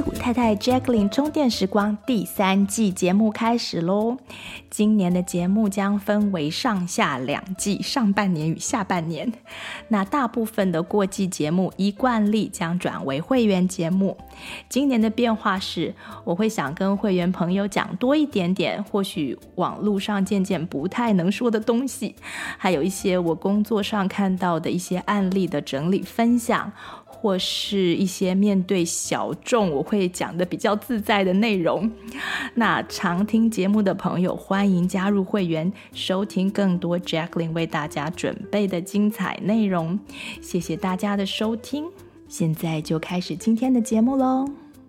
矽谷太太 Jacqueline 充电时光第3季节目开始咯。今年的节目将分为上下2季，上半年与下半年。那大部分的过季节目依惯例将转为会员节目。今年的变化是，我会想跟会员朋友讲多一点点或许网络上渐渐不太能说的东西，还有一些我工作上看到的一些案例的整理分享，或是一些面对小众我会讲的比较自在的内容。那常听节目的朋友欢迎加入会员，收听更多 Jacqueline 为大家准备的精彩内容。谢谢大家的收听，现在就开始今天的节目咯。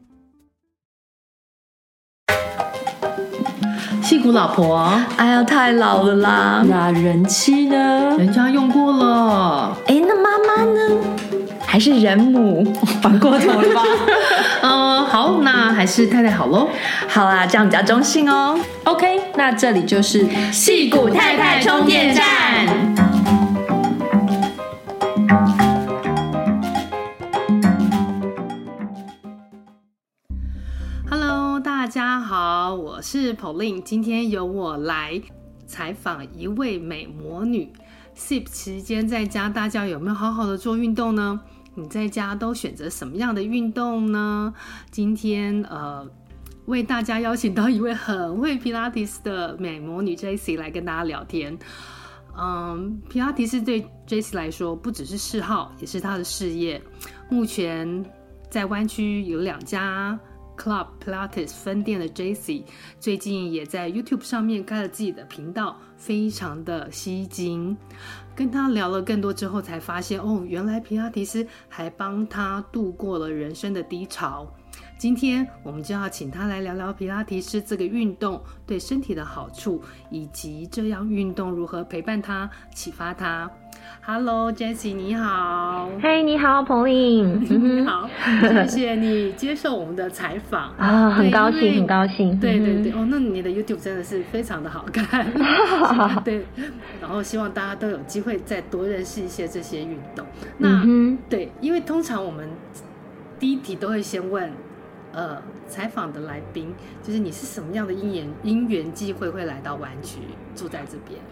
矽谷老婆， 哎呀，太老了啦。 那人妻呢？人家用过了。 那妈妈呢？还是人母？反过头了吧？ 好，那还是太太好咯。 好啦，这样比较中性哦。 OK， 那这里就是矽谷太太充电站。Hello， 大家好，我是 Pauline， 今天由我来采访一位美魔女。SIP 期间在家，大家有没有好好的做运动呢？你在家都选择什么样的运动呢？今天为大家邀请到一位很会皮拉提斯的美魔女 Jessie 来跟大家聊天。皮拉提斯对 Jessie 来说不只是嗜好，也是她的事业。目前在湾区有2家 Club Pilates 分店的 Jessie 最近也在 YouTube 上面开了自己的频道，非常的吸睛。跟他聊了更多之后才发现，原来皮拉提斯还帮他度过了人生的低潮。今天我们就要请他来聊聊皮拉提斯这个运动对身体的好处，以及这样运动如何陪伴他、启发他。Hello Jessie， 你好。 嘿，你好 Pauline。 你好，谢谢你接受我们的采访啊，很高兴很高兴。 对对对，那你的 YouTube 真的是非常的好看。对，然后希望大家都有机会再多认识一些这些运动。那对，因为通常我们第一题都会先问采访的来宾，就是你是什么样的因缘际会会来到湾区住在这边。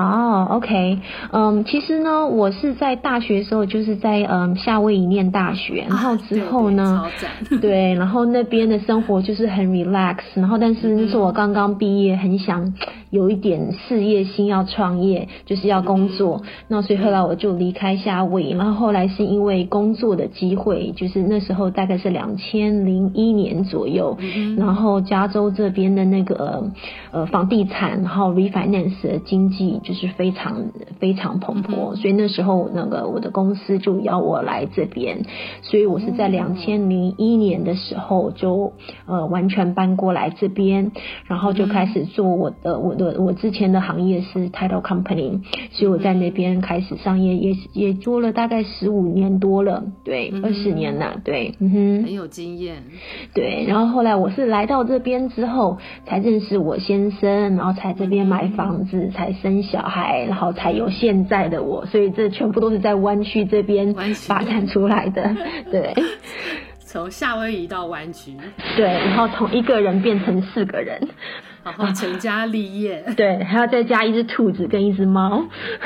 OK， 其实呢，我是在大学的时候就是在夏威夷念大学，然后之后呢，对，然后那边的生活就是很 relax， 然后但是那时候我刚刚毕业，很想有一点事业心，要创业，就是要工作，那所以后来我就离开夏威夷，然后后来是因为工作的机会，就是那时候大概是2001年左右，然后加州这边的那个房地产，然后 refinance 的经济就是非常非常蓬勃，所以那时候那个我的公司就邀我来这边，所以我是在2001年的时候就完全搬过来这边，然后就开始做我之前的行业是 title company， 所以我在那边开始商业也做了大概15年多了，对，20年了，对， 很有经验。 对，然后后来我是来到这边之后才认识我先生，然后才这边买房子，才生小孩，然后才有现在的我，所以这全部都是在湾区这边发展出来的。对， 从夏威夷到湾区， 对，然后从1个人变成4个人， 然后成家立业， 对，还要再加1只兔子跟1只猫。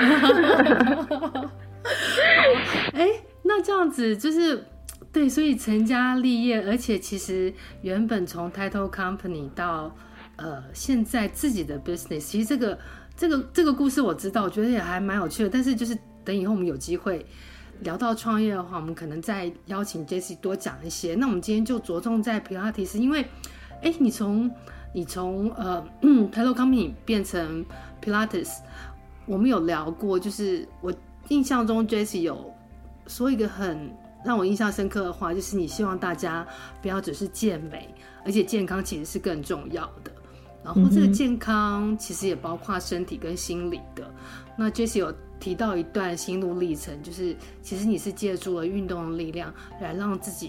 那这样子就是对，所以成家立业，而且其实原本从 title company 到现在自己的 business， 其实这个故事我知道，我觉得也还蛮有趣的。但是就是等以后我们有机会聊到创业的话，我们可能再邀请 Jessie 多讲一些。那我们今天就着重在皮拉提斯，因为你从title company 变成 Pilates， 我们有聊过，就是我印象中 Jessie 有说一个很让我印象深刻的话，就是你希望大家不要只是健美，而且健康其实是更重要的。然后这个健康其实也包括身体跟心理的。那 Jessie 有提到一段心路历程，就是其实你是借助了运动的力量来让自己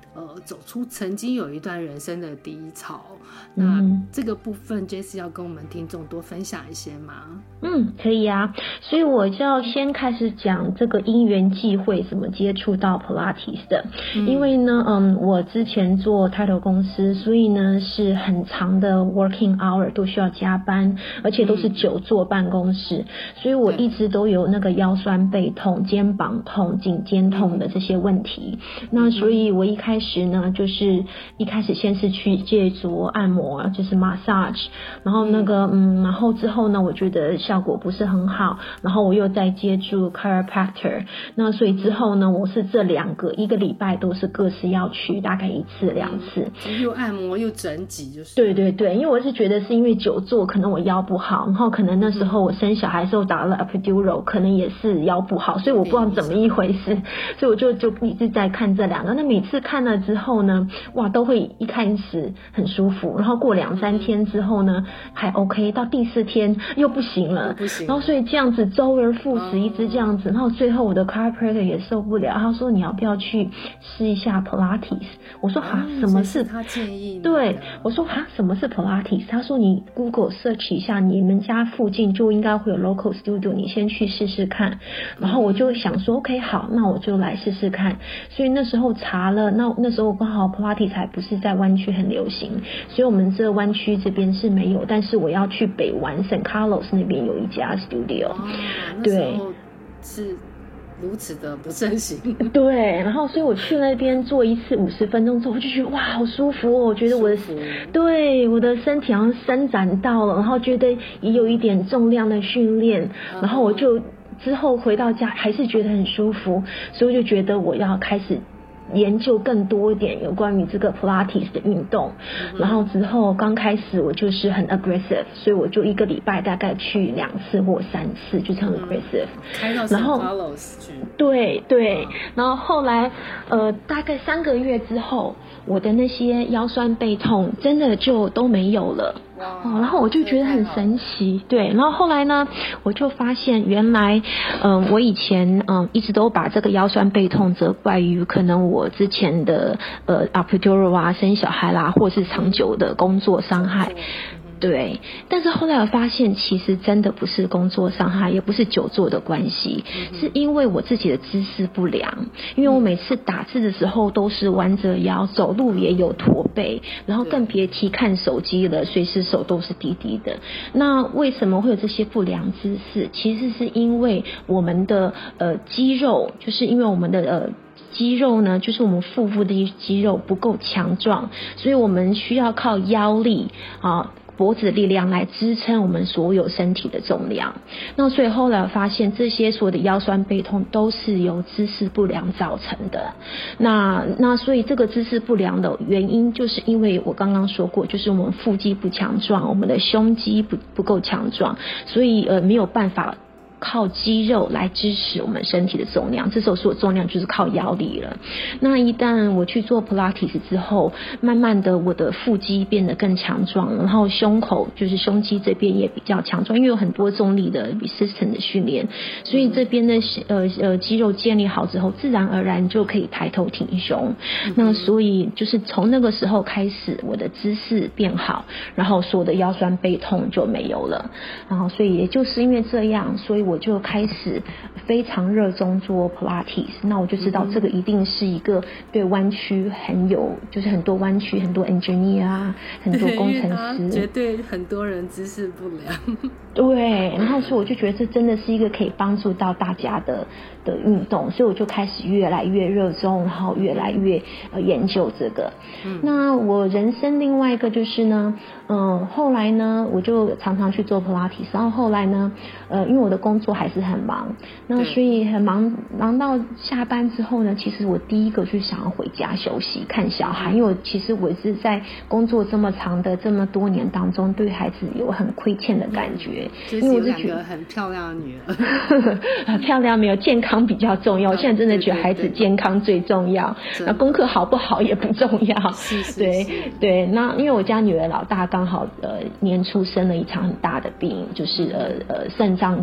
走出曾经有一段人生的低潮。那这个部分 Jessie 要跟我们听众多分享一些吗？ 可以啊。所以我就要先开始讲这个因缘际会怎么接触到 Pilates 的。因为呢我之前做 Title 公司，所以呢是很长的 working hour， 都需要加班，而且都是久坐办公室，所以我一直都有那个腰酸背痛、肩膀痛、颈肩痛的这些问题。那所以我一开始呢，就是一开始先是去借助按摩，就是 massage， 然后那个然后之后呢，我觉得效果不是很好，然后我又再接触 chiropractor。那所以之后呢，我是这2个一个礼拜都是各是要去大概1次2次， 又按摩又整脊，就是对对对，因为我是觉得是因为久坐，可能我腰不好，然后可能那时候我生小孩的时候打了 epidural， 可能也是腰不好，所以我不知道怎么一回事，所以我就一直在看这2个。那每次看了之后呢，哇，都会一开始很舒服，然后过2-3天之后呢还 OK， 到第4天又不行了，然后所以这样子周而复始，一直这样子，然后最后我的 chiropractor 也受不了，他说你要不要去试一下 Pilates？ 我说什么是他建议？ 对，我说什么是 Pilates？ 他说你 Google search 一下，你们家附近就应该会有 local studio， 你先去试试看。然后我就想说 OK 好，那我就来试试看。所以那时候查了，那时候刚好 Pilates 还不是在湾区很流行，所以我们这湾区这边是没有，但是我要去北湾 San Carlos 那边有一家 studio，对， 是如此的不盛行。 对，然后所以我去那边做一次50分钟之后，我就觉得哇好舒服哦，我觉得我的身体好像伸展到了，然后觉得也有一点重量的训练，然后我就之后回到家还是觉得很舒服，所以我就觉得我要开始研究更多一点有关于这个 Pilates 的运动。然后之后刚开始我就是很 aggressive， 所以我就1个礼拜大概去2次或3次，就是很 aggressive， 开到 San Carlos 去。 对对，然后后来大概3个月之后，我的那些腰酸背痛真的就都没有了。然后我就觉得很神奇，对。然后后来呢，我就发现原来，我以前一直都把这个腰酸背痛责怪于可能我之前的epidural 啊、生小孩啦，或是长久的工作伤害。对，但是后来我发现其实真的不是工作伤害，也不是久坐的关系，是因为我自己的姿势不良。因为我每次打字的时候都是弯着腰，走路也有驼背，然后更别提看手机了，随时手都是低低的。那为什么会有这些不良姿势？其实是因为我们的肌肉，就是因为我们的肌肉呢，就是我们腹部的肌肉不够强壮，所以我们需要靠腰力脖子的力量来支撑我们所有身体的重量。那所以后来我发现这些所有的腰酸背痛都是由姿势不良造成的。那所以这个姿势不良的原因就是因为我刚刚说过，就是我们腹肌不强壮，我们的胸肌不够强壮，所以没有办法靠肌肉来支持我们身体的重量，这时候所有重量就是靠腰力了。那一旦我去做 Pilates 之后，慢慢的我的腹肌变得更强壮，然后胸口就是胸肌这边也比较强壮，因为有很多重力的 resistance 的训练，所以这边的肌肉建立好之后，自然而然就可以抬头挺胸。那所以就是从那个时候开始，我的姿势变好，然后所有的腰酸背痛就没有了。然后所以也就是因为这样，所以我就开始非常热衷做 Pilates。那我就知道这个一定是一个对湾区很有，就是很多湾区很多 engineer 啊，很多工程师， 绝对很多人姿势不良。 对，然后所以我就觉得这真的是一个可以帮助到大家的运动，所以我就开始越来越热衷，然后越来越研究这个。那我人生另外一个就是呢，后来呢我就常常去做 Pilates， 然后后来呢因为我的工作还是很忙，那所以很忙到下班之后呢，其实我第一个就想要回家休息看小孩，因为其实我是在工作这么长的这么多年当中，对孩子有很亏欠的感觉， 因为我是觉得很漂亮的女儿。 漂亮没有，健康比较重要。我现在真的觉得孩子健康最重要，那功课好不好也不重要。对。那因为我家女儿老大刚好年初生了一场很大的病，就是肾脏功能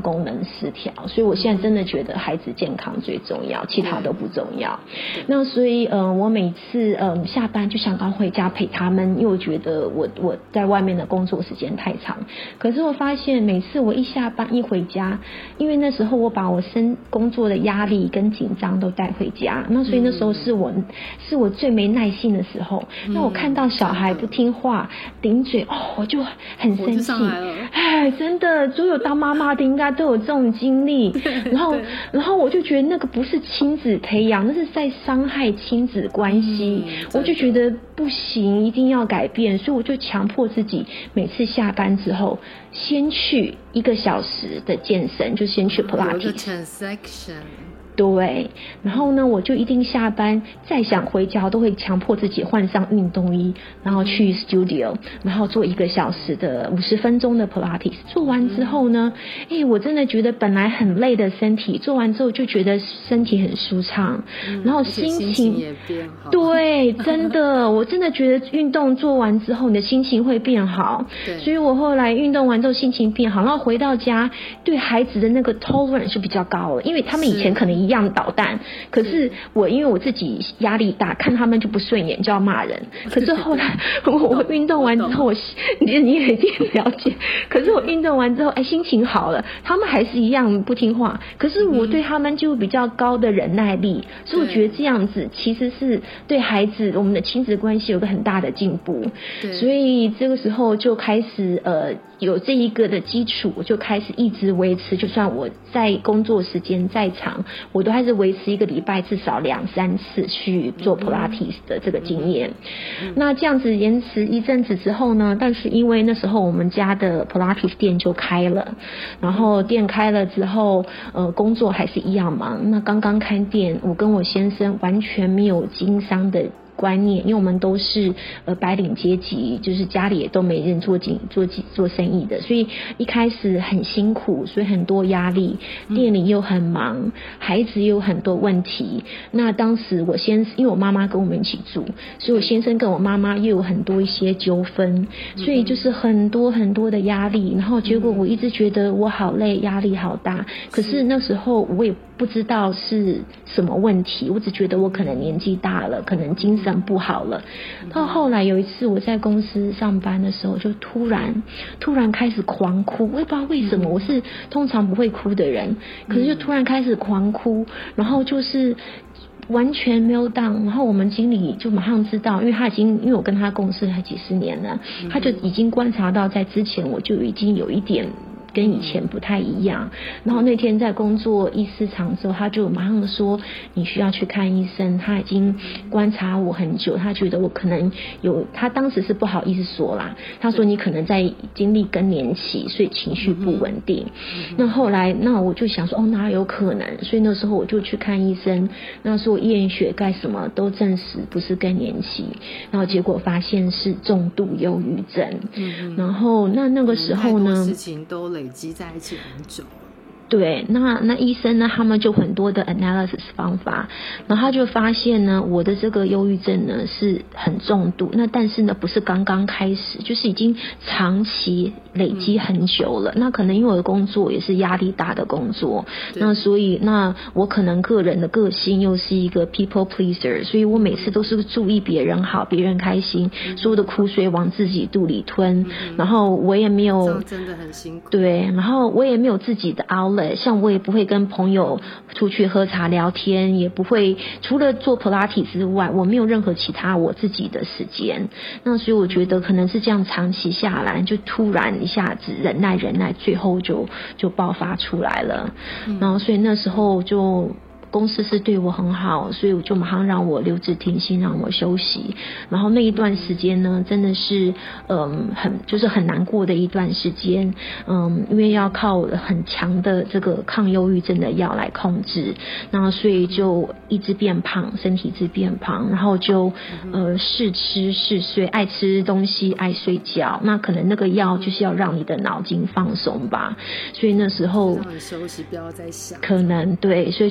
失调，所以我现在真的觉得孩子健康最重要，其他都不重要。那所以我每次下班就想要回家陪他们，因为我觉得我在外面的工作时间太长。可是我发现每次我一下班一回家，因为那时候我把我工作的压力跟紧张都带回家，那所以那时候是我最没耐性的时候。那我看到小孩不听话顶嘴，我就很生气。哎，真的，所有当妈妈的应该都有这种经历。然后我就觉得那个不是亲子培养，那是在伤害亲子关系。我就觉得不行，一定要改变，所以我就强迫自己每次下班之后先去1个小时的健身，就先去 Pilates。对，然后呢，我就一定下班再想回家，我都会强迫自己换上运动衣，然后去 studio， 然后做1个小时的50分钟的 Pilates。做完之后呢，我真的觉得本来很累的身体，做完之后就觉得身体很舒畅，然后心情也变好。 对，真的，我真的觉得运动做完之后，你的心情会变好。所以我后来运动完之后心情变好，然后回到家对孩子的那个 tolerance 就比较高了，因为他们以前可能一样捣蛋，可是因为我自己压力大，看他们就不顺眼就要骂人。可是后来我运动完之后，你也一定了解。可是我运动完之后，心情好了，他们还是一样不听话，可是我对他们就比较高的忍耐力，所以我觉得这样子其实是对孩子我们的亲子关系有个很大的进步。所以这个时候就开始有这一个的基础，我就开始一直维持，就算我在工作时间再长，我都还是维持1个礼拜至少2-3次去做 Pilates 的这个经验。那这样子延迟一阵子之后呢，但是因为那时候我们家的 Pilates 店就开了，然后店开了之后工作还是一样忙。那刚刚开店，我跟我先生完全没有经商的观念，因为我们都是白领阶级，就是家里也都没人做生意的，所以一开始很辛苦，所以很多压力，店里又很忙，孩子又有很多问题。那当时因为我妈妈跟我们一起住，所以我先生跟我妈妈又有很多一些纠纷，所以就是很多很多的压力。然后结果我一直觉得我好累，压力好大，可是那时候我也不知道是什么问题，我只觉得我可能年纪大了，可能精神不好了。到后来有一次我在公司上班的时候，就突然开始狂哭，我也不知道为什么，我是通常不会哭的人，可是就突然开始狂哭，然后就是完全没有down。然后我们经理就马上知道，因为我跟他共事还几十年了，他就已经观察到在之前我就已经有一点跟以前不太一样。然后那天在工作一失常之后，他就马上说你需要去看医生，他已经观察我很久，他觉得我可能他当时是不好意思说啦，他说你可能在经历更年期，所以情绪不稳定。那后来我就想说哪有可能，所以那时候我就去看医生，那时候验血钙什么都证实不是更年期，然后结果发现是重度忧郁症。然后那个时候呢， 太多事情都累积在一起很久了。 对，那医生呢，他们就很多的 analysis 方法，然后他就发现呢，我的这个忧郁症呢是很重度，那但是呢不是刚刚开始，就是已经长期累积很久了。那可能因为我的工作也是压力大的工作，那所以我可能个人的个性又是一个 people pleaser， 所以我每次都是注意别人好，别人开心，所有的苦水往自己肚里吞，然后我也没有， 这样真的很辛苦。 对，然后我也没有自己的 outlet。像我也不会跟朋友出去喝茶聊天，也不会除了做 Pilates 之外，我没有任何其他我自己的时间。那所以我觉得可能是这样长期下来，就突然一下子忍耐，最后就爆发出来了。然后所以那时候就公司是对我很好，所以我就马上让我留职停薪，让我休息。然后那一段时间呢，真的是很难过的一段时间。因为要靠很强的这个抗忧郁症的药来控制，那所以就一直变胖，身体一直变胖，然后就嗜吃嗜睡，爱吃东西，爱睡觉。那可能那个药就是要让你的脑筋放松吧，所以那时候让你休息，不要再想。 可能对，所以就是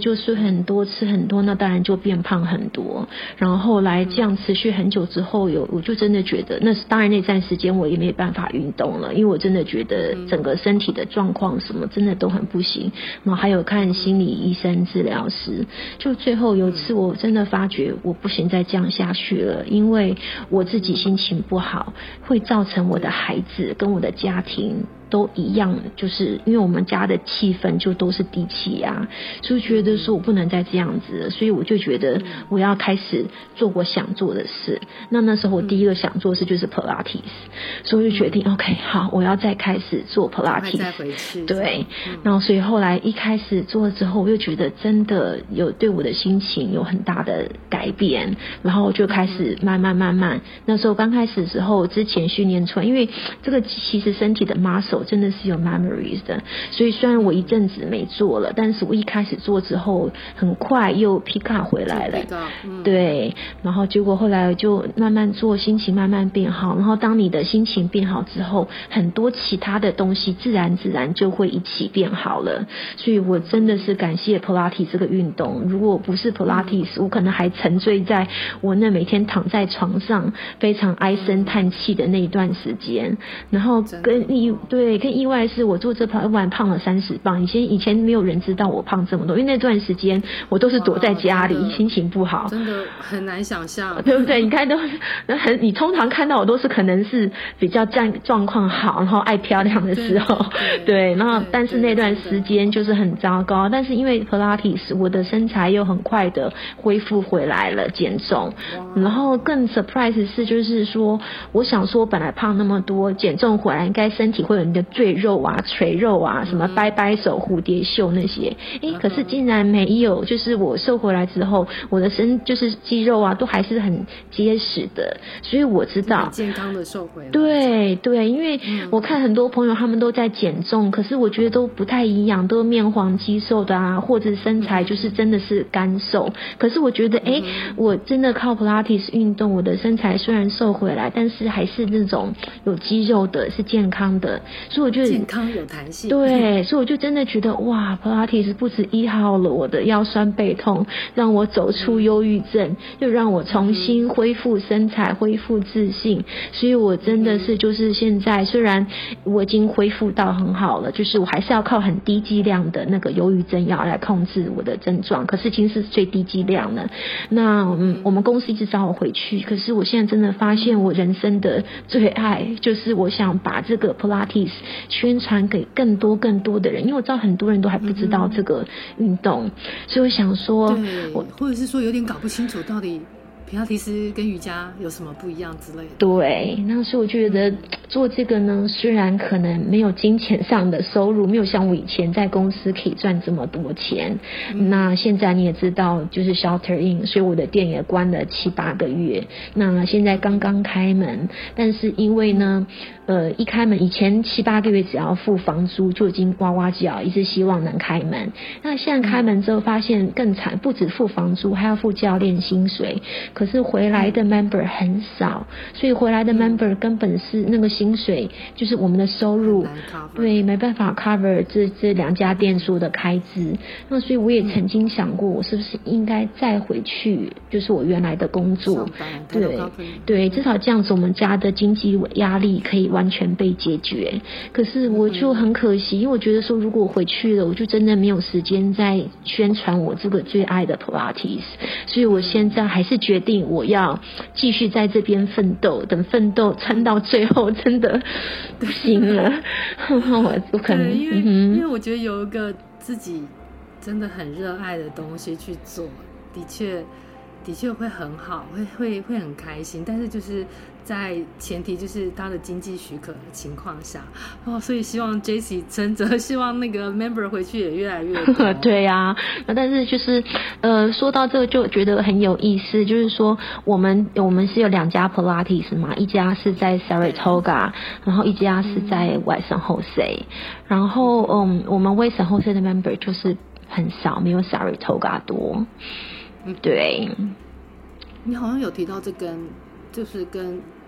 很多吃很多，那当然就变胖很多。然后后来这样持续很久之后，我就真的觉得，当然那段时间我也没办法运动了，因为我真的觉得整个身体的状况什么真的都很不行。然后还有看心理医生、治疗师，就最后有一次我真的发觉我不行再这样下去了，因为我自己心情不好，会造成我的孩子跟我的家庭都一样，就是因为我们家的气氛就都是低气压，就觉得说我不能再这样子了，所以我就觉得我要开始做我想做的事。那时候我第一个想做的事就是 Pilates， 所以我就决定OK 好，我要再开始做 Pilates， 再回去。 对，然后所以后来一开始做了之后，我就觉得真的有对我的心情有很大的改变，然后就开始慢慢，那时候刚开始的时候，之前训练出来，因为这个其实身体的 muscle真的是有 memories 的，所以虽然我一阵子没做了，但是我一开始做之后很快又 pick up 回来了，对，然后结果后来就慢慢做，心情慢慢变好，然后当你的心情变好之后，很多其他的东西自然就会一起变好了。所以我真的是感谢 Pilates 这个运动，如果不是 Pilates，我可能还沉醉在我那每天躺在床上非常唉声叹气的那一段时间。然后更意外是我做这跑完胖了30磅，以前没有人知道我胖这么多，因为那段时间我都是躲在家里，心情不好， 真的很难想象， 对不对？你看你通常看到我都是可能是比较状况好，然后爱漂亮的时候，对，然后但是那段时间就是很糟糕，但是因为 Pilates 我的身材又很快的恢复回来了，减重，然后更 surprise 是就是说，我想说本来胖那么多，减重回来应该身体会有你的赘肉啊、垂肉啊，什么掰掰手、蝴蝶袖那些，可是竟然没有，就是我瘦回来之后，我的就是肌肉啊都还是很结实的，所以我知道很健康的瘦回来。 对，因为我看很多朋友他们都在减重，可是我觉得都不太一样，都面黄肌瘦的啊，或者身材就是真的是干瘦。可是我觉得我真的靠 Pilates 运动，我的身材虽然瘦回来，但是还是那种有肌肉的，是健康的，所以我觉得健康有弹性。 对，所以我就真的觉得哇 Pilates 不止医好了我的腰酸背痛，让我走出忧郁症，又让我重新恢复身材，恢复自信。所以我真的是就是现在虽然我已经恢复到很好了，就是我还是要靠很低剂量的那个忧郁症药来控制我的症状，可是已经是最低剂量了。那我们公司一直找我回去，可是我现在真的发现我人生的最爱就是我想把这个 Pilates 宣传给更多的人，因为我知道很多人都还不知道这个运动，所以我想说或者是说有点搞不清楚到底皮拉提斯跟瑜伽有什么不一样之类的。 对，那所以我觉得做这个呢，虽然可能没有金钱上的收入，没有像我以前在公司可以赚这么多钱，那现在你也知道就是 shelter in， 所以我的店也关了7-8个月，那现在刚刚开门，但是因为呢一开门以前7-8个月只要付房租就已经哇哇叫，一直希望能开门，那现在开门之后发现更惨，不止付房租还要付教练薪水，可是回来的 member 很少，所以回来的 member 根本是那个薪水就是我们的收入对没办法 cover 这2家店所有的开支，那所以我也曾经想过我是不是应该再回去就是我原来的工作，对，至少这样子我们家的经济压力可以完全被解决。可是我就很可惜，因为我觉得说如果我回去了，我就真的没有时间再宣传我这个最爱的 Pilates， 所以我现在还是决定我要继续在这边奋斗，等奋斗撑到最后真的不行了我可能因为我觉得有一个自己真的很热爱的东西去做，的确会很好，会很开心，但是就是在前提就是他的经济许可的情况下所以希望 Jessie 撑着，希望那个 member 回去也越来越多对啊，但是就是说到这个就觉得很有意思，就是说我们是有2家 Pilates 嘛，一家是在 Saratoga， 然后一家是在 Western Jose， 然后我们 Western Jose 的 member 就是很少，没有 Saratoga 多对， 你好像有提到这就是跟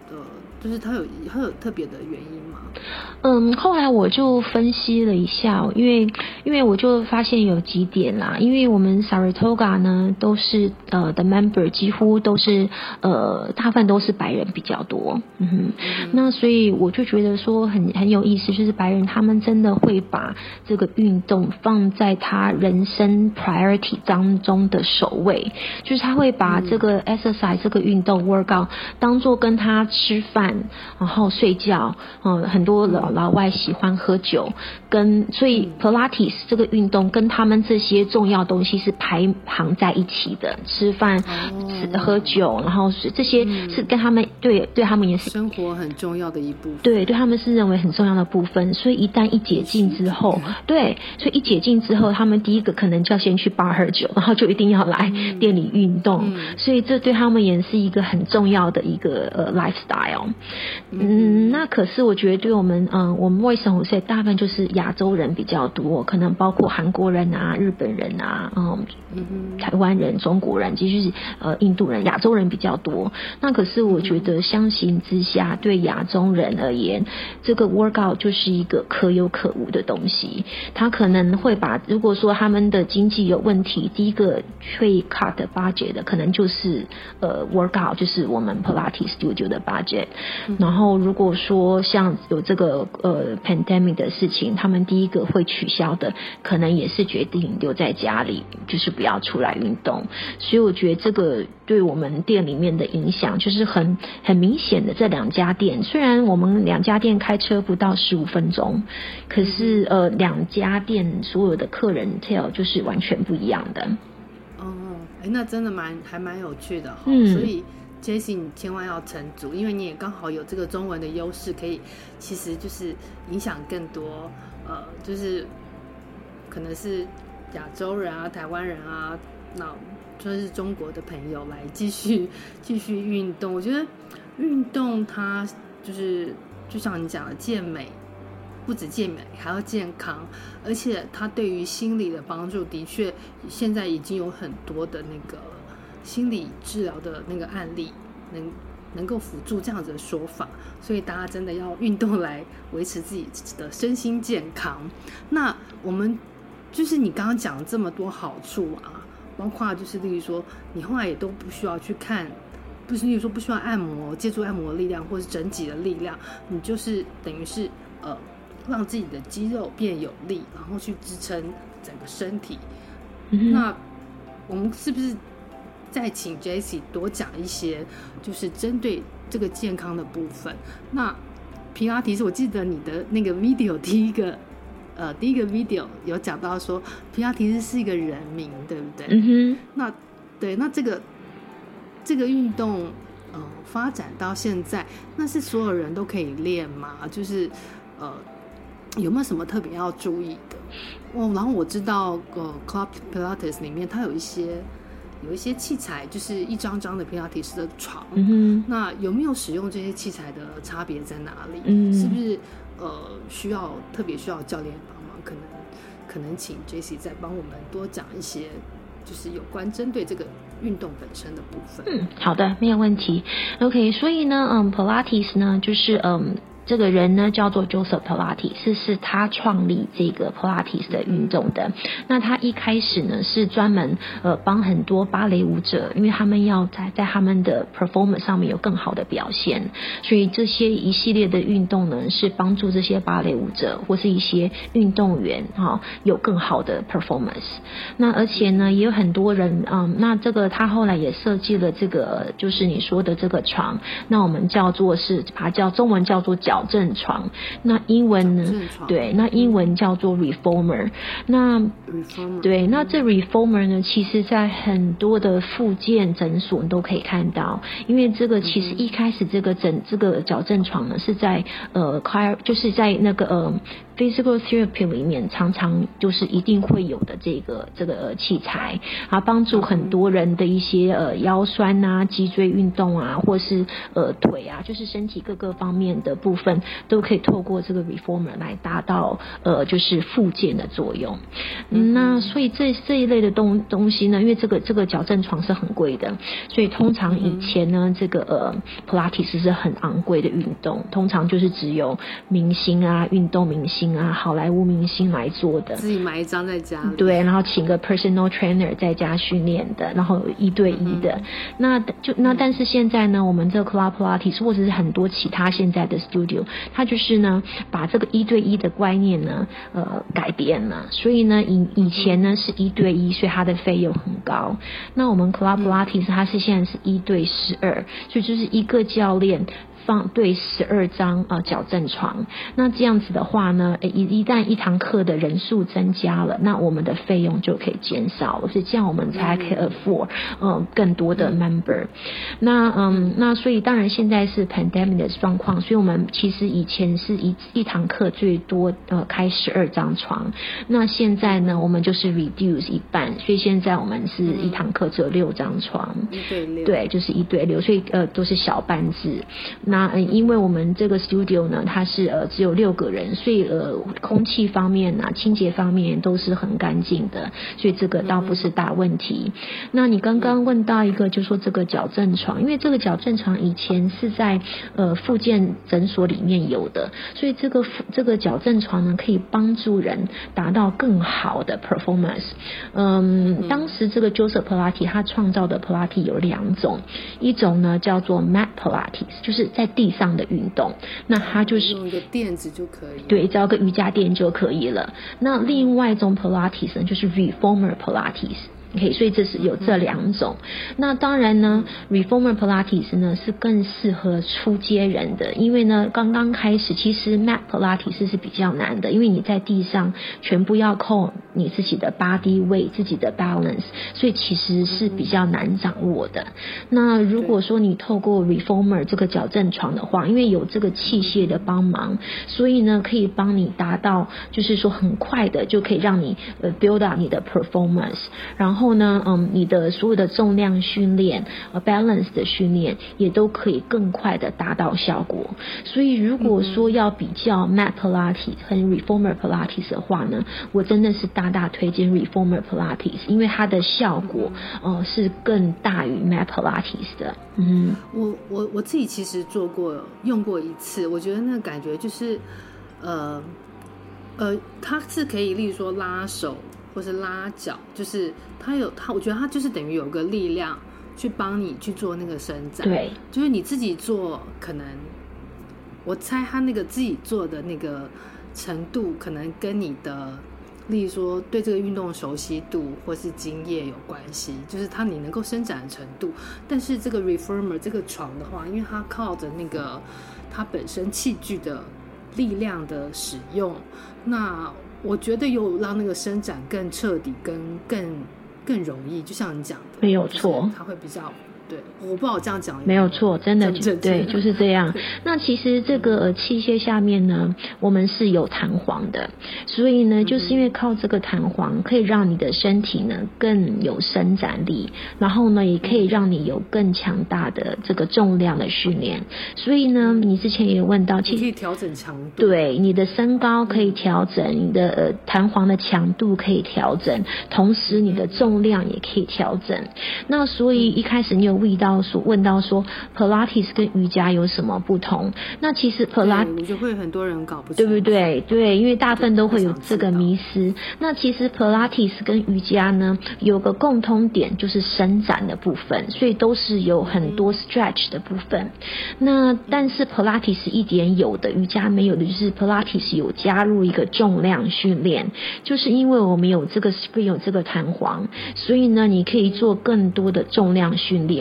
就是它有特别的原因吗？ 后来我就分析了一下，因为我就发现有几点啦，因为我们 Saratoga 呢都是的 member 几乎都是大部分都是白人比较多，那所以我就觉得说很有意思，就是白人他们真的会把这个运动放在他人生 priority 当中的首位，就是他会把这个 exercise 这个运动 workout 当作跟他吃饭然后睡觉，很多老外喜欢喝酒，所以 Pilates 这个运动跟他们这些重要东西是排行在一起的，吃饭、喝酒，然后这些是跟他们对他们也是生活很重要的一部分， 对他们是认为很重要的部分，所以一旦一解禁之后，所以一解禁之后，他们第一个可能就要先去 bar 喝酒，然后就一定要来店里运动，所以这对他们也是一个很重要的一个lifestyle。那可是我觉得对我们为什么大部分就是亚洲人比较多，可能包括韩国人啊、日本人啊、台湾人、中国人，其实是印度人、亚洲人比较多。那可是我觉得相形之下，对亚洲人而言，这个 workout 就是一个可有可无的东西。他可能会把，如果说他们的经济有问题，第一个会 cut budget 的可能就是workout， 就是我们 Pilates studio 的 budget。然后如果说像有这个pandemic 的事情，他们第一个会取消的可能也是决定留在家里，就是不要出来运动。所以我觉得这个对我们店里面的影响就是很明显的。这两家店虽然我们两家店开车不到15分钟，可是两家店所有的客人 tail 就是完全不一样的。 那真的还蛮有趣的所以Jessie 你千万要撑足，因为你也刚好有这个中文的优势，可以其实就是影响更多就是可能是亚洲人啊、台湾人啊，那就是中国的朋友来继续运动。我觉得运动它就是就像你讲的健美，不止健美还要健康，而且它对于心理的帮助的确现在已经有很多的那个心理治疗的那个案例能够辅助这样子的说法，所以大家真的要运动来维持自己的身心健康。那我们就是你刚刚讲了这么多好处啊，包括就是例如说你后来也都不需要去看，不是例如说不需要按摩，借助按摩的力量或是整脊的力量，你就是等于是让自己的肌肉变有力，然后去支撑整个身体。那我们是不是再请 Jessie 多讲一些，就是针对这个健康的部分？那皮拉提斯，我记得你的那个 video 第一个 video 有讲到说，皮拉提斯是一个人名，对不对？那对，那这个运动发展到现在，那是所有人都可以练吗？就是有没有什么特别要注意的？然后我知道Club Pilates 里面它有一些器材，就是一张张的皮拉提斯的床。那有没有使用这些器材的差别在哪里？是不是特别需要教练帮忙？可能请 Jessie 再帮我们多讲一些，就是有关针对这个运动本身的部分。 好的，没有问题。OK， 所以呢Pilates 呢就是这个人呢叫做 Joseph Pilates， 是他创立这个 Pilates 的运动的。那他一开始呢是专门帮很多芭蕾舞者，因为他们要在他们的 performance 上面有更好的表现，所以这些一系列的运动呢是帮助这些芭蕾舞者或是一些运动员有更好的 performance。那而且呢也有很多人那这个他后来也设计了这个就是你说的这个床，那我们叫做是把它中文叫做矫正床，那英文呢？对，那英文叫做 reformer。那对，那这 reformer 呢，其实在很多的复健诊所你都可以看到，因为这个其实一开始这个矫正床呢是在就是在那个 physical therapy 里面常常就是一定会有的这个器材啊，帮助很多人的一些腰酸啊、脊椎运动啊，或是腿啊，就是身体各个方面的部分都可以透过这个 reformer 来达到就是复健的作用。那所以这一类的东西呢，因为这个矫正床是很贵的，所以通常以前呢，这个Pilates 是很昂贵的运动，通常就是只有明星啊、运动明星啊、好莱坞明星来做的， 自己买一张在家里， 对，然后请个 personal trainer 在家训练的，然后1对1的。但是现在呢，我们这个 Club Pilates 或者是很多其他现在的 studio， 它就是呢把这个1对1的观念呢改变了，所以呢以前呢是1对1，所以它的费用很高。那我们 Club Pilates 它是现在是1对12，所以就是一个教练放对12张矫正床。那这样子的话呢，一旦一堂课的人数增加了，那我们的费用就可以减少了，所以这样我们才可以 afford 更多的 member。那所以当然现在是 pandemic 的状况，所以我们其实以前是一堂课最多开12张床，那现在呢我们就是 reduce 一半，所以现在我们是一堂课只有6张床 ，1对6， 对，就是1对6，所以都是小班制。那因为我们这个 studio 呢，它是只有6个人，所以空气方面啊、清洁方面都是很干净的，所以这个倒不是大问题。那你刚刚问到一个，就说这个矫正床，因为这个矫正床以前是在复健诊所里面有的，所以这个矫正床呢，可以帮助人达到更好的 performance。当时这个 Joseph Pilates 他创造的 Pilates 有2种，一种呢叫做 mat Pilates， 就是在地上的运动，那它就是用一个垫子就可以， 对，找个瑜伽垫就可以了。那另外一种 Pilates 呢，就是 Reformer Pilates。OK， 所以这是有这2种。那当然呢 Reformer Pilates 呢是更适合初阶人的，因为呢刚刚开始其实 Mat Pilates 是比较难的，因为你在地上全部要靠你自己的 body weight 自己的 balance， 所以其实是比较难掌握的。那如果说你透过 Reformer 这个矫正床的话，因为有这个器械的帮忙，所以呢可以帮你达到就是说很快的就可以让你build up 你的 performance， 然后呢你的所有的重量训练balance 的训练也都可以更快的达到效果。所以如果说要比较 Mat Pilates 和 Reformer Pilates 的话呢，我真的是大推荐 Reformer Pilates， 因为它的效果是更大于 Mat Pilates 的。 我自己其实用过一次，我觉得那个感觉就是它是可以例如说拉手或是拉脚，就是我觉得它就是等于有个力量去帮你去做那个伸展。 对， 就是你自己做，可能我猜他那个自己做的那个程度，可能跟你的例如说对这个运动熟悉度或是经验有关系，就是你能够伸展的程度。但是这个 Reformer 这个床的话，因为它靠着那个它本身器具的力量的使用，那我觉得有让那个伸展更彻底跟更容易，就像你讲的， 没有错， 它会比较对，我不知道我这样讲没有错，真的对，就是这样。那其实这个器械下面呢，我们是有弹簧的，所以呢，就是因为靠这个弹簧，可以让你的身体呢更有伸展力，然后呢，也可以让你有更强大的这个重量的训练。所以呢，你之前也有问到，其实可以调整强度， 对，你的身高可以调整，你的弹簧的强度可以调整，同时你的重量也可以调整。那所以一开始你有问到说 Pilates 跟瑜伽有什么不同？那其实 Pilates 我就会很多人搞不清楚， 对不对？对，因为大部分都会有这个迷思。那其实 Pilates 跟瑜伽呢有个共通点，就是伸展的部分，所以都是有很多 stretch 的部分。那但是 Pilates 一点有的瑜伽没有的，就是 Pilates 有加入一个重量训练，就是因为我们有这个 spring 有这个弹簧，所以呢你可以做更多的重量训练。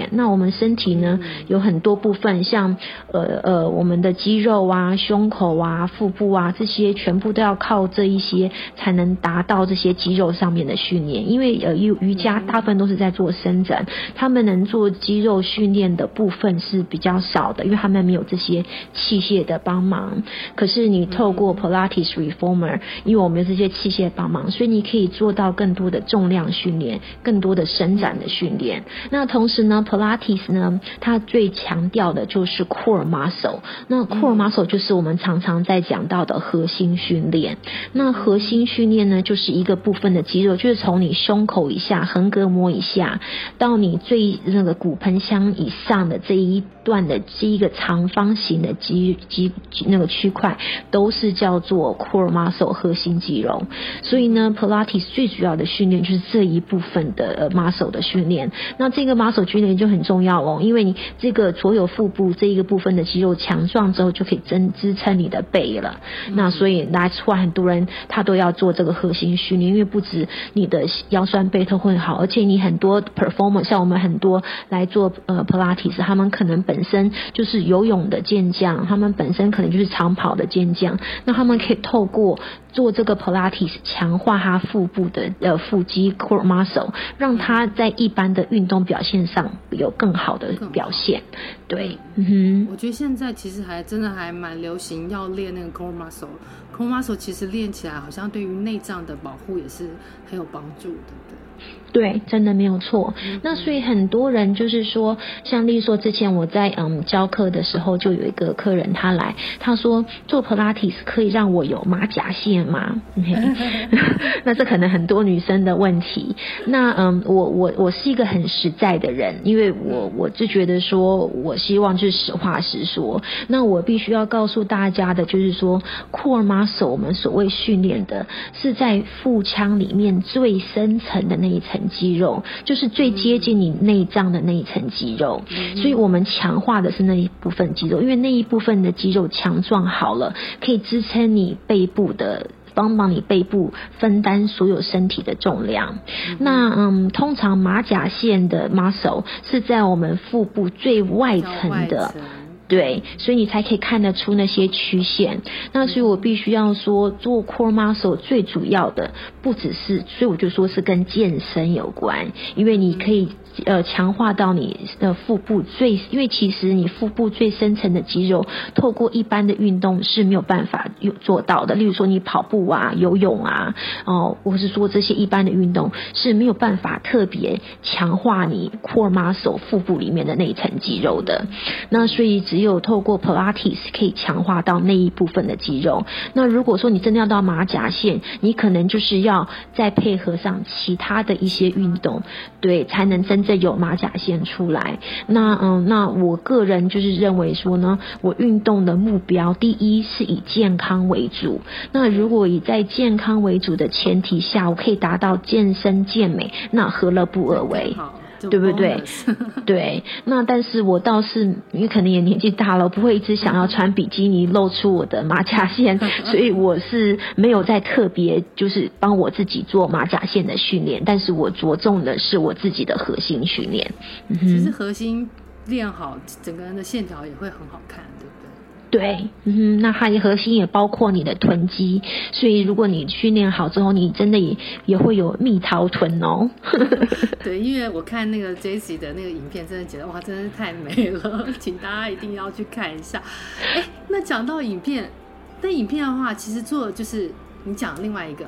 练。那我们身体呢有很多部分，像我们的肌肉啊、胸口啊、腹部啊，这些全部都要靠这一些才能达到这些肌肉上面的训练。因为瑜伽大部分都是在做伸展，他们能做肌肉训练的部分是比较少的，因为他们没有这些器械的帮忙。可是你透过 Pilates Reformer， 因为我们有这些器械帮忙，所以你可以做到更多的重量训练，更多的伸展的训练。那同时呢 Pilates 呢，它最强调的就是 core muscle。 那 core muscle 就是我们常常在讲到的核心训练。那核心训练呢，就是一个部分的肌肉，就是从你胸口以下、横膈膜以下到你最那个骨盆腔以上的这一段的这一个长方形的那个区块，都是叫做 core muscle 核心肌肉。所以呢 Pilates 最主要的训练就是这一部分的muscle 的训练。那这个 muscle 训练就很重要因为你这个所有腹部这一个部分的肌肉强壮之后，就可以支撑你的背了。那所以that's why很多人他都要做这个核心训练，因为不止你的腰酸背痛会好，而且你很多 performer， 像我们很多来做Pilates， 他们可能本身就是游泳的健将，他们本身可能就是长跑的健将，那他们可以透过做这个 Pilates 强化他腹部的腹肌 core muscle， 让他在一般的运动表现上有更好的表现。对， 我觉得现在其实真的还蛮流行要练那个 core muscle。core muscle 其实练起来好像对于内脏的保护也是很有帮助的， 对，真的没有错。那所以很多人就是说，像例如说之前我在教课的时候，就有一个客人他来，他说做 Pilates 可以让我有马甲线吗？那这可能很多女生的问题。那我是一个很实在的人，因为我就觉得说我希望就是实话实说。那我必须要告诉大家的就是说 core muscle 我们所谓训练的是在腹腔里面最深层的那一层肌肉，就是最接近你内脏的那一层肌肉。所以我们强化的是那一部分肌肉，因为那一部分的肌肉强壮好了，可以支撑你背部的，帮忙你背部分担所有身体的重量。那通常马甲线的 muscle 是在我们腹部最外层的，对，所以你才可以看得出那些曲线。那所以我必须要说，做 core muscle 最主要的不只是，所以我就说是跟健身有关，因为你可以强化到你的腹部因为其实你腹部最深层的肌肉透过一般的运动是没有办法做到的。例如说你跑步啊、游泳啊，或是说这些一般的运动是没有办法特别强化你 core muscle 腹部里面的那一层肌肉的。那所以只有透过 Pilates 可以强化到那一部分的肌肉。那如果说你真的要到马甲线，你可能就是要再配合上其他的一些运动，对，才能真正有马甲线出来。那我个人就是认为说呢，我运动的目标第一是以健康为主。那如果以在健康为主的前提下，我可以达到健身健美，那何乐不而为？对不对？对，那但是我倒是因为可能也年纪大了，不会一直想要穿比基尼露出我的马甲线，所以我是没有在特别就是帮我自己做马甲线的训练，但是我着重的是我自己的核心训练。 其实核心练好，整个人的线条也会很好看，对不对？ 对，那它的核心也包括你的臀肌，所以如果你训练好之后，你真的也会有蜜桃臀哦。 对，因为我看那个 Jessie 的那个影片，真的觉得哇，真的是太美了，请大家一定要去看一下。那讲到影片，那影片的话，其实做就是你讲另外一个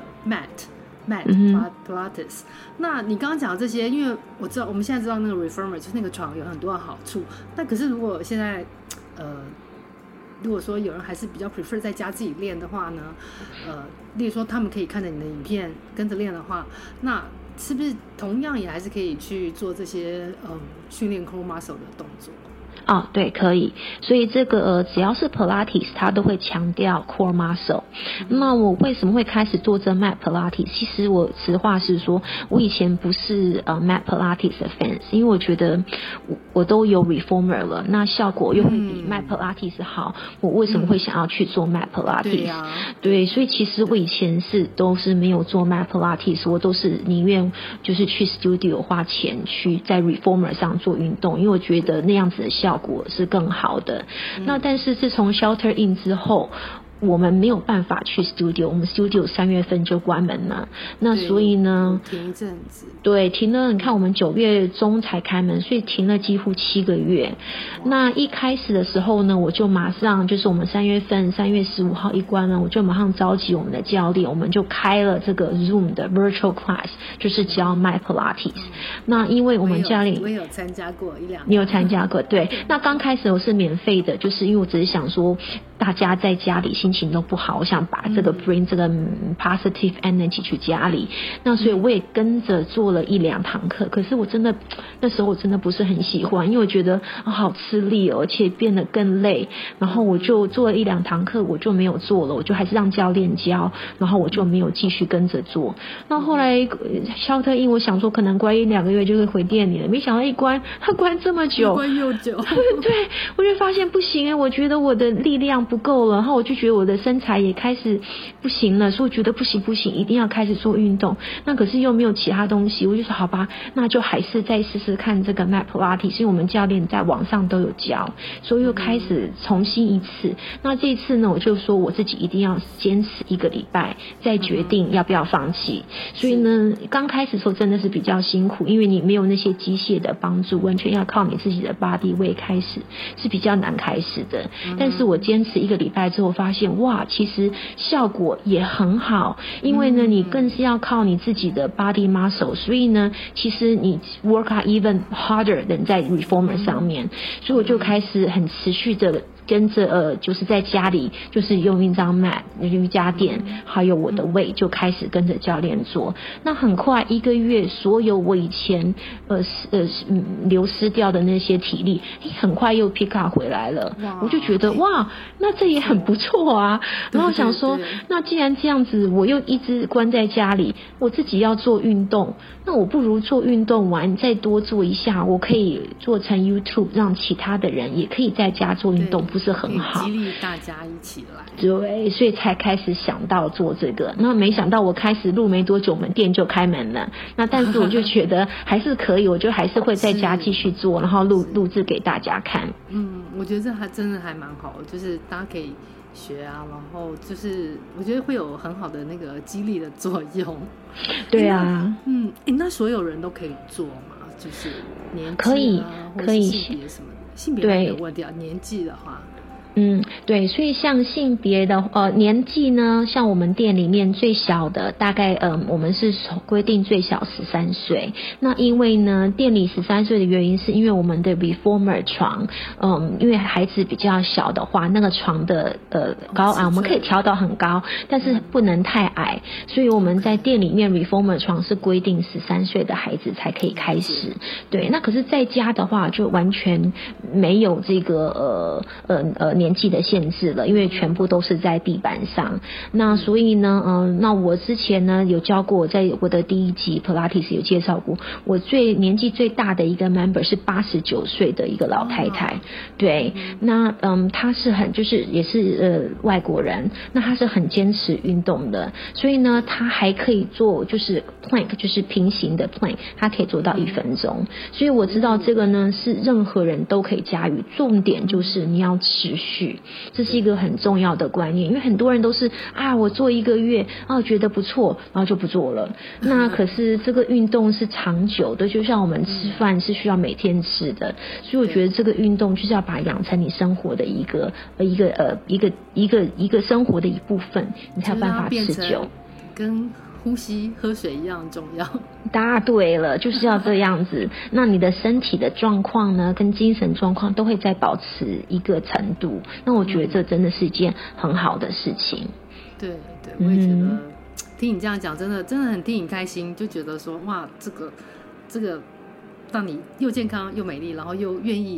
Mat Pilates。那你刚刚讲的这些，因为我知道我们现在知道那个 Reformer 就是那个床有很多的好处，但可是如果现在如果说有人还是比较 prefer 在家自己练的话呢，例如说他们可以看着你的影片跟着练的话，那是不是同样也还是可以去做这些训练 core muscle 的动作？ 对，可以。所以这个只要是 Pilates 它都会强调 core muscle。那我为什么会开始做这 Mat Pilates？ 其实我实话是说，我以前不是Mat Pilates 的 fans， 因为我觉得我都有 reformer 了，那效果又会比 Mat Pilates 好，我为什么会想要去做 Mat Pilates？ 对，所以其实我以前都是没有做 Mat Pilates， 我都是宁愿就是去 studio 花钱去在 reformer 上做运动，因为我觉得那样子的效果是更好的。那但是自从 shelter in 之后，我们没有办法去 studio， 我们 studio 3月份就关门了，那所以呢停一阵子， 对，停了。你看我们9月中才开门，所以停了几乎7个月。那一开始的时候呢，我就马上就是我们3月15号一关了，我就马上召集我们的教练，我们就开了这个 Zoom 的 virtual class， 就是教 Mat Pilates。那因为我们教练我也有参加过1-2年， 你有参加过？对，那刚开始我是免费的，就是因为我只是想说大家在家里心情都不好，我想把这个 bring 这个 positive energy 去家里，那所以我也跟着做了1-2堂课。可是我真的那时候我真的不是很喜欢，因为我觉得好吃力而且变得更累，然后我就做了1-2堂课我就没有做了，我就还是让教练教，然后我就没有继续跟着做。那后来shelter in，我想说可能关1-2个月就会回店里了，没想到他关这么久， 关又久对，我就发现不行我觉得我的力量不够了，然后我就觉得我的身材也开始不行了，所以我觉得不行，一定要开始做运动。那可是又没有其他东西，我就说好吧，那就还是再试试看这个 Mat Pilates， 因为我们教练在网上都有教，所以又开始重新一次。那这一次呢，我就说我自己一定要坚持1个礼拜，再决定要不要放弃。所以呢，刚开始的时候真的是比较辛苦，因为你没有那些机械的帮助，完全要靠你自己的 body weight 开始，是比较难开始的。但是我坚持1个礼拜之后发现，哇，其实效果也很好，因为呢你更是要靠你自己的 body muscle， 所以呢其实你 work out even harder than 在 reformer 上面。所以我就开始很持续的跟着就是在家里就是用一张 mat 瑜伽垫还有我的weight就开始跟着教练做。那很快1个月，所有我以前流失掉的那些体力很快又 pick up 回来了。我就觉得哇，那这也很不错啊。然后想说那既然这样子我又一直关在家里，我自己要做运动，那我不如做运动完再多做一下，我可以做成 YouTube， 让其他的人也可以在家做运动，不是很好， 激励大家一起来。 对，所以才开始想到做这个。那没想到我开始录没多久，我们店就开门了。那但是我就觉得还是可以，我就还是会在家继续做，然后录制给大家看。 我觉得这还真的还蛮好的，就是大家可以学啊，然后就是我觉得会有很好的那个激励的作用。 对啊， 那所有人都可以做吗？就是年纪可以性别什么的，性别没有问题啊，年纪的话。 对，所以像性别的年纪呢，像我们店里面最小的大概我们是规定最小13岁。那因为呢店里13岁的原因是因为我们的 reformer 床因为孩子比较小的话，那个床的高矮我们可以调到很高，但是不能太矮，所以我们在店里面 reformer 床是规定13岁的孩子才可以开始。对，那可是在家的话就完全没有这个年纪的限制了，因为全部都是在地板上。那所以呢那我之前呢有教过，在我的第1集 Pilates 有介绍过，我年纪最大的一个 member 是89岁的一个老太太。对，那她是就是也是外国人，那她是很坚持运动的，所以呢她还可以做就是 plank， 就是平行的 plank， 她可以做到1分钟。所以我知道这个呢是任何人都可以驾驭，重点就是你要持续，这是一个很重要的观念。因为很多人都是我做1个月觉得不错，然后就不做了。那可是这个运动是长久的，就像我们吃饭是需要每天吃的，所以我觉得这个运动就是要把它养成你生活的一个生活的一部分，你才有办法持久。 跟呼吸喝水一样重要。 答对了，就是要这样子。那你的身体的状况呢跟精神状况都会再保持一个程度，那我觉得这真的是一件很好的事情。 对，我也觉得听你这样讲真的很替你开心，就觉得说哇，这个让你又健康又美丽，然后又愿意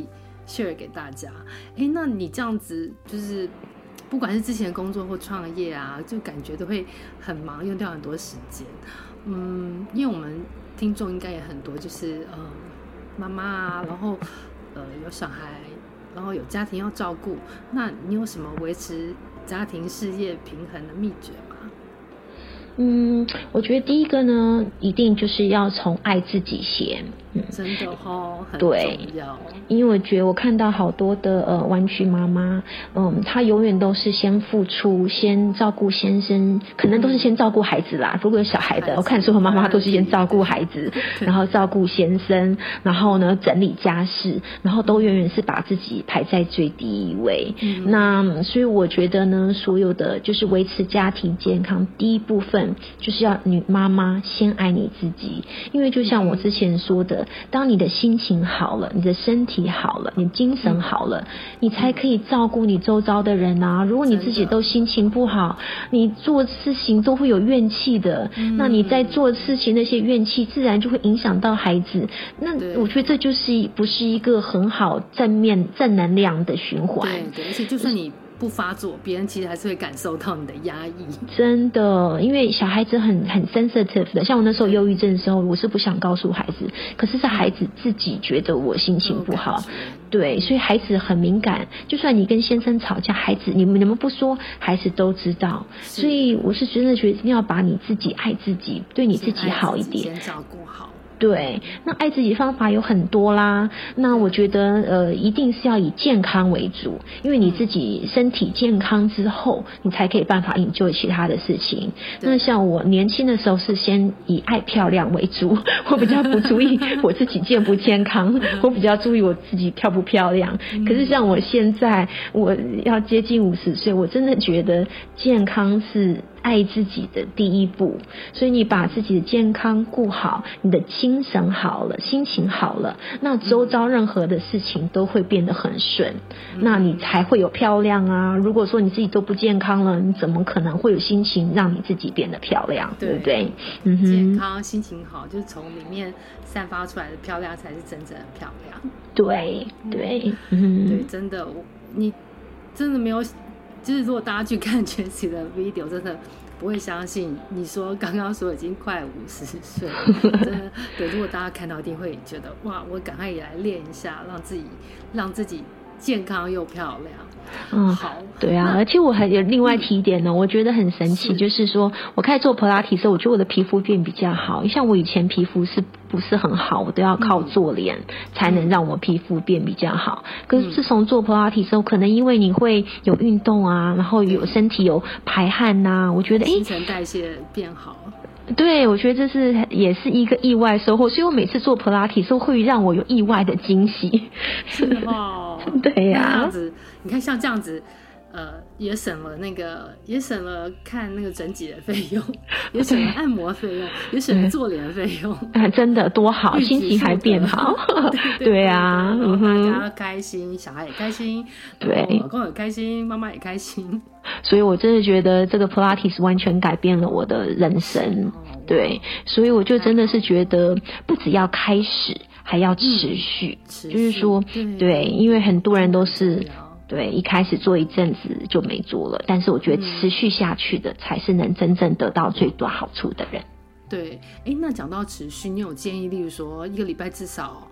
share 给大家。那你这样子就是不管是之前工作或创业啊，就感觉都会很忙，用掉很多时间。因为我们听众应该也很多，就是妈妈啊，然后有小孩，然后有家庭要照顾，那你有什么维持家庭事业平衡的秘诀吗？ 我觉得第一个呢，一定就是要从爱自己先。 真的很重要。 因为我觉得我看到好多的湾区妈妈，她永远都是先付出，先照顾先生，可能都是先照顾孩子啦。如果有小孩的，我看所有妈妈都是先照顾孩子，然后照顾先生，然后呢整理家事，然后都永远是把自己排在最低一位。那所以我觉得呢，所有的就是维持家庭健康，第一部分就是要女妈妈先爱你自己，因为就像我之前说的，当你的心情好了，你的身体好了，你精神好了，你才可以照顾你周遭的人啊。如果你自己都心情不好，你做事情都会有怨气的，那你在做事情那些怨气自然就会影响到孩子，那我觉得这就是不是一个很好正能量的循环。 对，而且就算你不发作，别人其实还是会感受到你的压抑。 真的，因为小孩子很 sensitive 的，像我那时候忧郁症的时候，我是不想告诉孩子，可是孩子自己觉得我心情不好，对，所以孩子很敏感，就算你跟先生吵架，孩子你们不说，孩子都知道。所以我是真的觉得一定要把你自己爱自己，对你自己好一点， 先照顾好。 对，那爱自己方法有很多啦。那我觉得一定是要以健康为主，因为你自己身体健康之后，你才可以办法enjoy其他的事情。那像我年轻的时候是先以爱漂亮为主，我比较不注意我自己健不健康，我比较注意我自己漂不漂亮。可是像我现在，我要接近50岁，我真的觉得健康是爱自己的第一步。所以你把自己的健康顾好，你的精神好了，心情好了，那周遭任何的事情都会变得很顺，那你才会有漂亮啊。如果说你自己都不健康了，你怎么可能会有心情让你自己变得漂亮，对不对？ 健康心情好，就是从里面散发出来的漂亮才是真正的漂亮。 对， 对，真的，你真的没有，就是如果大家去看Jessie的 video， 真的不会相信你说刚刚说已经快50岁，真的对。如果大家看到，一定会觉得哇，我赶快也来练一下，让自己健康又漂亮。好， 对啊，而且我还有另外提一点呢，我觉得很神奇，就是说我开始做普拉提的时候，我觉得我的皮肤变比较好。像我以前皮肤是不是很好，我都要靠做脸才能让我皮肤变比较好。可是自从做普拉提的时候，可能因为你会有运动啊，然后有身体有排汗啊，我觉得新陈代谢变好。 对，我觉得这也是一个意外收获，所以我每次做普拉提的时候会让我有意外的惊喜。 是哦， 对呀， 这样子，你看像这样子，也省了看那个整脊的费用，也省了按摩费用，也省了做脸的费用。 真的多好，心情还变好。对啊， 大家开心，小孩也开心，对，老公也开心，妈妈也开心。 所以我真的觉得这个普拉提是完全改变了我的人生。对，所以我就真的是觉得不只要开始，还要持续。就是说，对，因为很多人都是对一开始做一阵子就没做了，但是我觉得持续下去的才是能真正得到最多好处的人。 对，那讲到持续，你有建议，例如说一个礼拜至少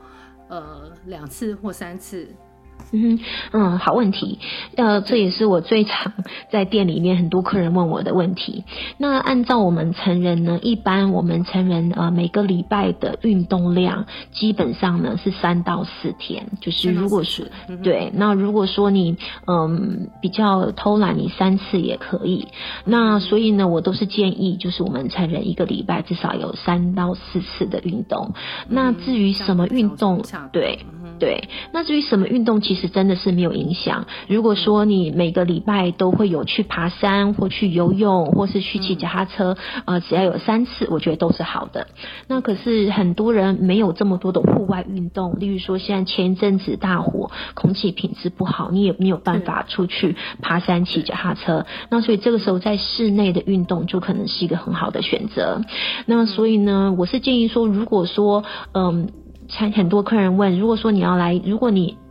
2次或3次？ 好问题。这也是我最常在店里面很多客人问我的问题。那按照我们成人呢，一般我们成人每个礼拜的运动量基本上呢是3到4天，就是如果是对，那如果说你比较偷懒，你3次也可以。那所以呢，我都是建议就是我们成人一个礼拜至少有3到4次的运动。那至于什么运动，对，那至于什么运动其实真的是没有影响。如果说你每个礼拜都会有去爬山或去游泳或是去骑脚踏车，只要有3次，我觉得都是好的。那可是很多人没有这么多的户外运动，例如说现在前一阵子大火，空气品质不好，你也没有办法出去爬山骑脚踏车，那所以这个时候在室内的运动就可能是一个很好的选择。那所以呢，我是建议说，如果说很多客人问，如果说你要来，如果你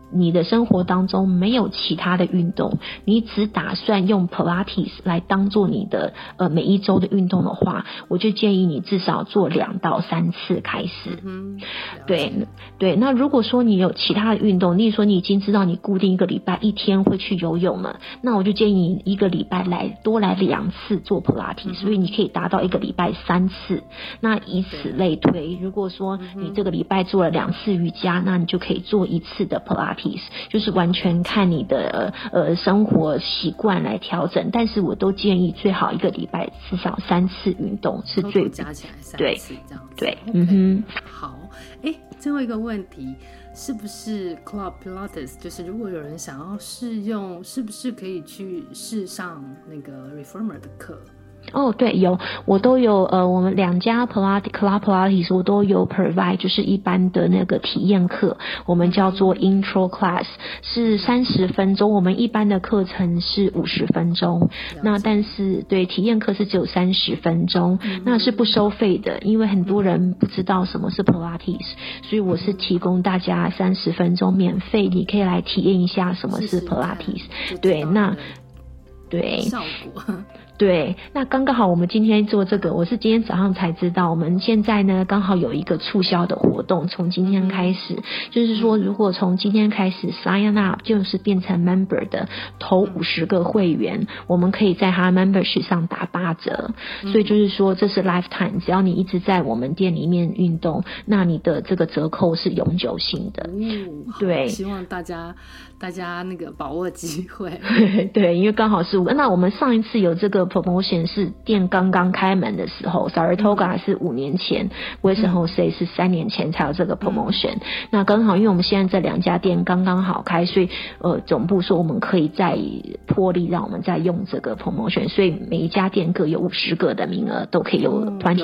你的生活当中没有其他的运动，你只打算用 Pilates 来当做你的每一周的运动的话，我就建议你至少做2到3次开始。对，那如果说你有其他的运动，例如说你已经知道你固定一个礼拜1天会去游泳了，那我就建议你1个礼拜多来2次做 Pilates，所以你可以达到1个礼拜3次，那以此类推。如果说你这个礼拜做了2次瑜伽，那你就可以做1次的 Pilates，就是完全看你的生活习惯来调整，但是我都建议最好1个礼拜至少3次运动是最加起来3次这样子。 对， 好，最后一个问题，是不是 Club Pilates 就是如果有人想要试用，是不是可以去试上那个 Reformer 的课？ 对，我都有我们2家 Club Pilates 我都有 provide， 就是一般的那个体验课，我们叫做 Intro Class， 是30分钟，我们一般的课程是50分钟，那但是对体验课是只有30分钟，那是不收费的，因为很多人不知道什么是 Pilates， 所以我是提供大家30分钟免费，你可以来体验一下什么是 Pilates。对，那对效果。 对，那刚好我们今天做这个，我是今天早上才知道，我们现在呢刚好有一个促销的活动，从今天开始，就是说如果从今天开始 sign up 就是变成 member 的头50个会员，我们可以在他 membership 上打8折，所以就是说这是 lifetime， 只要你一直在我们店里面运动，那你的这个折扣是永久性的。对， 希望大家那个把握机会。 对，因为刚好是那我们上一次有这个 promotion 是店刚刚开门的时候， Saratoga 是5年前，Western Jose 是3年前才有这个 promotion，那刚好因为我们现在这2家店刚刚好开，所以总部说我们可以再破例让我们再用这个 promotion， 所以每一家店各有50个的名额都可以有 20%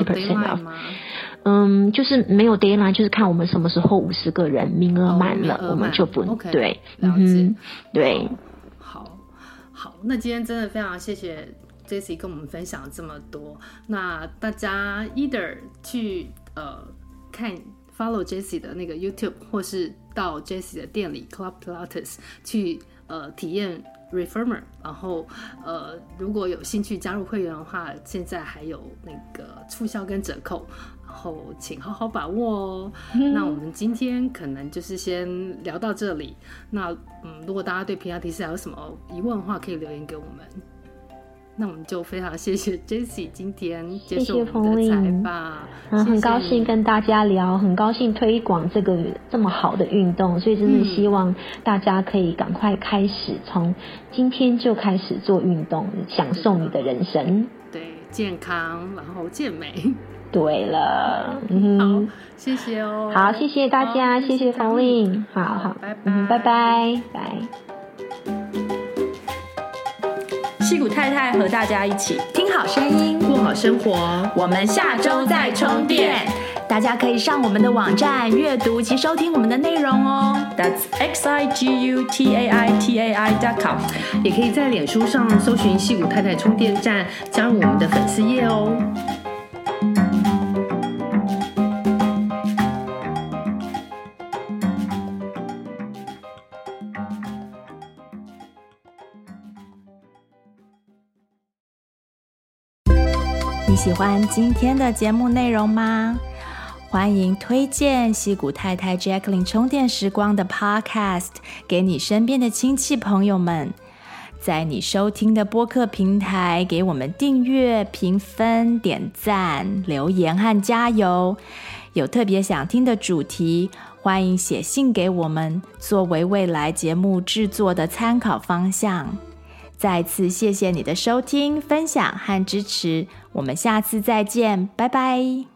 off。就是没有 deadline， 就是看我们什么时候50个人名额满了，我们就不对，对。 好，那今天真的非常谢谢 Jessie 跟我们分享这么多。那大家 either 去看 follow Jessie 的那个 YouTube， 或是到 Jessie 的店里 Club Pilates 去体验 Reformer， 然后如果有兴趣加入会员的话，现在还有那个促销跟折扣，然后请好好把握哦。那我们今天可能就是先聊到这里。那如果大家对皮拉提斯还有什么疑问的话，可以留言给我们。那我们就非常谢谢 Jessie 今天接受我们的采访， 很高兴跟大家聊，很高兴推广这么好的运动，所以真的希望大家可以赶快开始，从今天就开始做运动，享受你的人生。 对，健康然后健美。 对了， 好，谢谢哦。 好，谢谢大家，谢谢冯令，好，拜拜。 矽谷太太和大家一起听好声音， 过好生活。 我们下周再充电。大家可以上我们的网站阅读及收听我们的内容哦。That's xigutaitai.com。 也可以在脸书上搜寻矽谷太太充电站，加入我们的粉丝页哦。 你喜欢今天的节目内容吗？欢迎推荐矽谷太太 Jacqueline 充电时光的 Podcast 给你身边的亲戚朋友们，在你收听的播客平台给我们订阅、评分、点赞、留言和加油。有特别想听的主题，欢迎写信给我们，作为未来节目制作的参考方向。再次谢谢你的收听、分享和支持，我们下次再见，拜拜。